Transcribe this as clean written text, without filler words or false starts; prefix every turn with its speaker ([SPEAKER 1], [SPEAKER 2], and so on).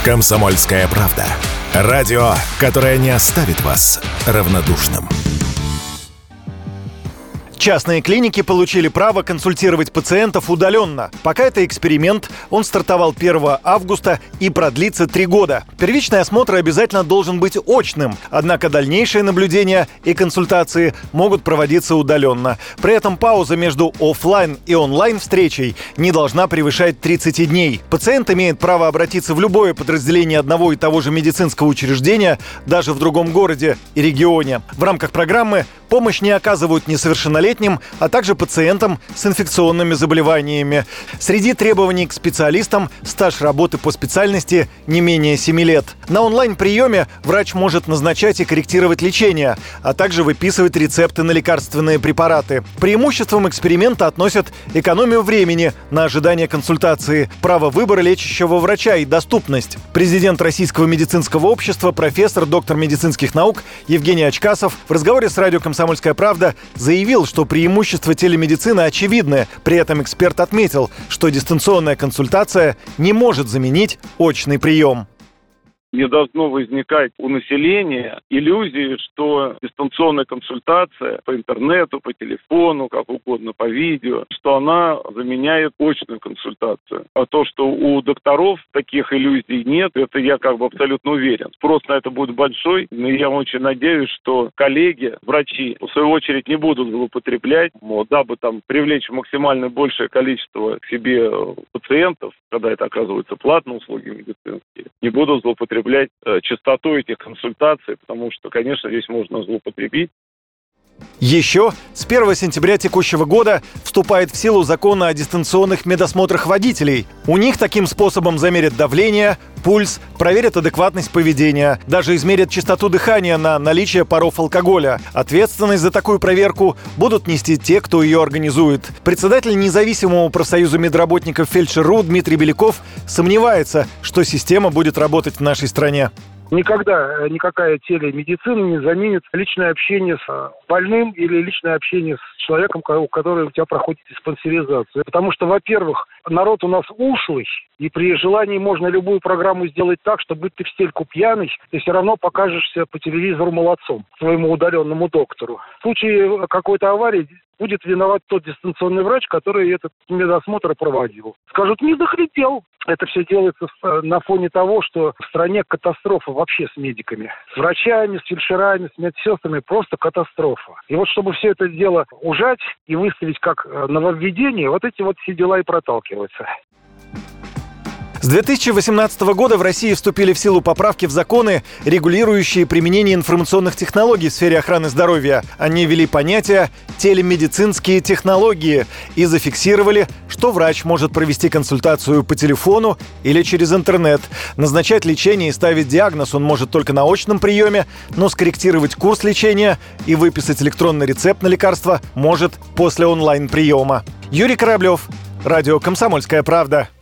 [SPEAKER 1] «Комсомольская правда». Радио, которое не оставит вас равнодушным.
[SPEAKER 2] Частные клиники получили право консультировать пациентов удаленно. Пока это эксперимент, он стартовал 1 августа и продлится 3 года. Первичный осмотр обязательно должен быть очным, однако дальнейшие наблюдения и консультации могут проводиться удаленно. При этом пауза между офлайн и онлайн встречей не должна превышать 30 дней. Пациент имеет право обратиться в любое подразделение одного и того же медицинского учреждения, даже в другом городе и регионе. В рамках программы помощь не оказывают несовершеннолетним, а также пациентам с инфекционными заболеваниями. Среди требований к специалистам – стаж работы по специальности не менее 7 лет. На онлайн-приеме врач может назначать и корректировать лечение, а также выписывать рецепты на лекарственные препараты. К преимуществам эксперимента относят экономию времени на ожидание консультации, право выбора лечащего врача и доступность. Президент Российского медицинского общества, профессор, доктор медицинских наук Евгений Очкасов в разговоре с радио «Комсомольская правда» заявил, что преимущества телемедицины очевидны. При этом эксперт отметил, что дистанционная консультация не может заменить очный прием.
[SPEAKER 3] Не должно возникать у населения иллюзии, что дистанционная консультация по интернету, по телефону, как угодно, по видео, что она заменяет очную консультацию. А то, что у докторов таких иллюзий нет, это я абсолютно уверен. Спрос на это будет большой, но я очень надеюсь, что коллеги, врачи, в свою очередь, не будут злоупотреблять, дабы привлечь максимально большее количество к себе пациентов, когда это оказываются платные услуги медицинские, не будут злоупотреблять частотой этих консультаций, потому что, конечно, здесь можно злоупотребить.
[SPEAKER 2] Еще с 1 сентября текущего года вступает в силу закон о дистанционных медосмотрах водителей. У них таким способом замерят давление, пульс, проверят адекватность поведения, даже измерят частоту дыхания на наличие паров алкоголя. Ответственность за такую проверку будут нести те, кто ее организует. Председатель независимого профсоюза медработников фельдшер.ру Дмитрий Беляков сомневается, что система будет работать в нашей стране.
[SPEAKER 4] Никогда никакая телемедицина не заменит личное общение с больным или личное общение с человеком, который у тебя проходит диспансеризацию. Потому что, во-первых, народ у нас ушлый, и при желании можно любую программу сделать так, что будь ты в стельку пьяный, ты все равно покажешься по телевизору молодцом своему удаленному доктору. В случае какой-то аварии будет виноват тот дистанционный врач, который этот медосмотр проводил. Скажут, не захотел. Это все делается на фоне того, что в стране катастрофа вообще с медиками. С врачами, с фельдшерами, с медсестрами просто катастрофа. И вот чтобы все это дело ужать и выставить как нововведение, эти все дела и проталкиваются.
[SPEAKER 2] С 2018 года в России вступили в силу поправки в законы, регулирующие применение информационных технологий в сфере охраны здоровья. Они ввели понятие «телемедицинские технологии» и зафиксировали, что врач может провести консультацию по телефону или через интернет. Назначать лечение и ставить диагноз он может только на очном приеме, но скорректировать курс лечения и выписать электронный рецепт на лекарство может после онлайн-приема. Юрий Кораблев, радио «Комсомольская правда».